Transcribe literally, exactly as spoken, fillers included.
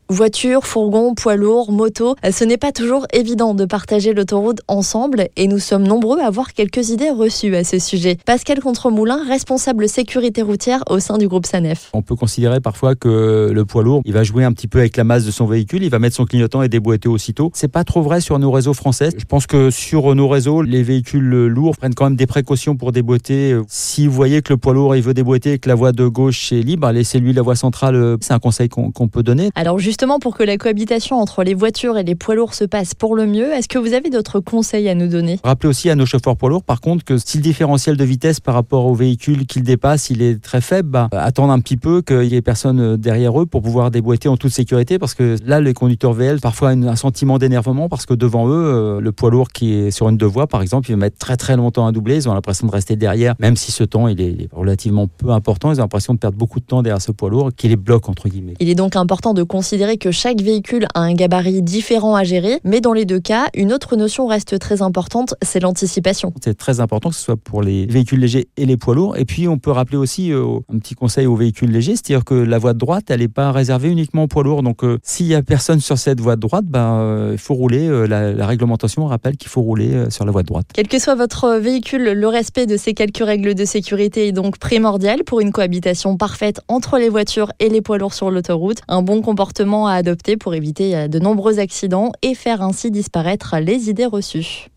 Voiture, fourgon, poids lourd, moto, ce n'est pas toujours évident de partager l'autoroute ensemble et nous sommes nombreux à avoir quelques idées reçues à ce sujet. Pascal Contremoulin, responsable sécurité routière au sein du groupe SANEF. On peut considérer parfois que le poids lourd, il va jouer un petit peu avec la masse de son véhicule, il va mettre son clignotant et déboîter aussitôt. C'est pas trop vrai sur nos réseaux français. Je pense que sur nos réseaux, les véhicules lourds prennent quand même des précautions pour déboîter. Si vous voyez que le poids lourd il veut déboîter et que la voie de gauche est libre, laissez-lui la voie centrale. C'est un conseil qu'on, qu'on peut donner. Alors justement, pour que la cohabitation entre les voitures et les poids lourds se passe pour le mieux, est-ce que vous avez d'autres conseils à nous donner ? Rappelez aussi à nos chauffeurs poids lourds, par contre, que si le différentiel de vitesse par rapport au véhicule qu'ils dépassent, il est très faible, bah, attendre un petit peu qu'il y ait personne derrière eux pour pouvoir déboîter en toute sécurité, parce que là, les conducteurs V L, parfois, ont un sentiment d'énervement parce que devant eux, le poids lourd qui est sur une deux voies, par exemple, il va mettre très très longtemps à doubler, ils ont l'impression de rester derrière, même si ce temps il est relativement peu important, ils ont l'impression de perdre beaucoup de temps derrière ce poids lourd qui les bloque, entre guillemets. Il est donc important de considérer que chaque véhicule a un gabarit différent à gérer, mais dans les deux cas, une autre notion reste très importante, c'est l'anticipation. C'est très important que ce soit pour les véhicules légers et les poids lourds. Et puis, on peut rappeler aussi euh, un petit conseil aux véhicules légers, c'est-à-dire que la voie de droite, elle n'est pas réservée uniquement aux poids lourds. Donc, euh, s'il n'y a personne sur cette voie de droite, ben, euh, il faut rouler. Euh, la, la réglementation rappelle qu'il faut rouler euh, sur la voie de droite. Quel que soit votre véhicule, le respect de ces quelques règles de sécurité est donc primordial pour une cohabitation parfaite entre les voitures et les poids lourds sur l'autoroute. Un bon comportement à adopter pour éviter de nombreux accidents et faire ainsi disparaître les idées reçues.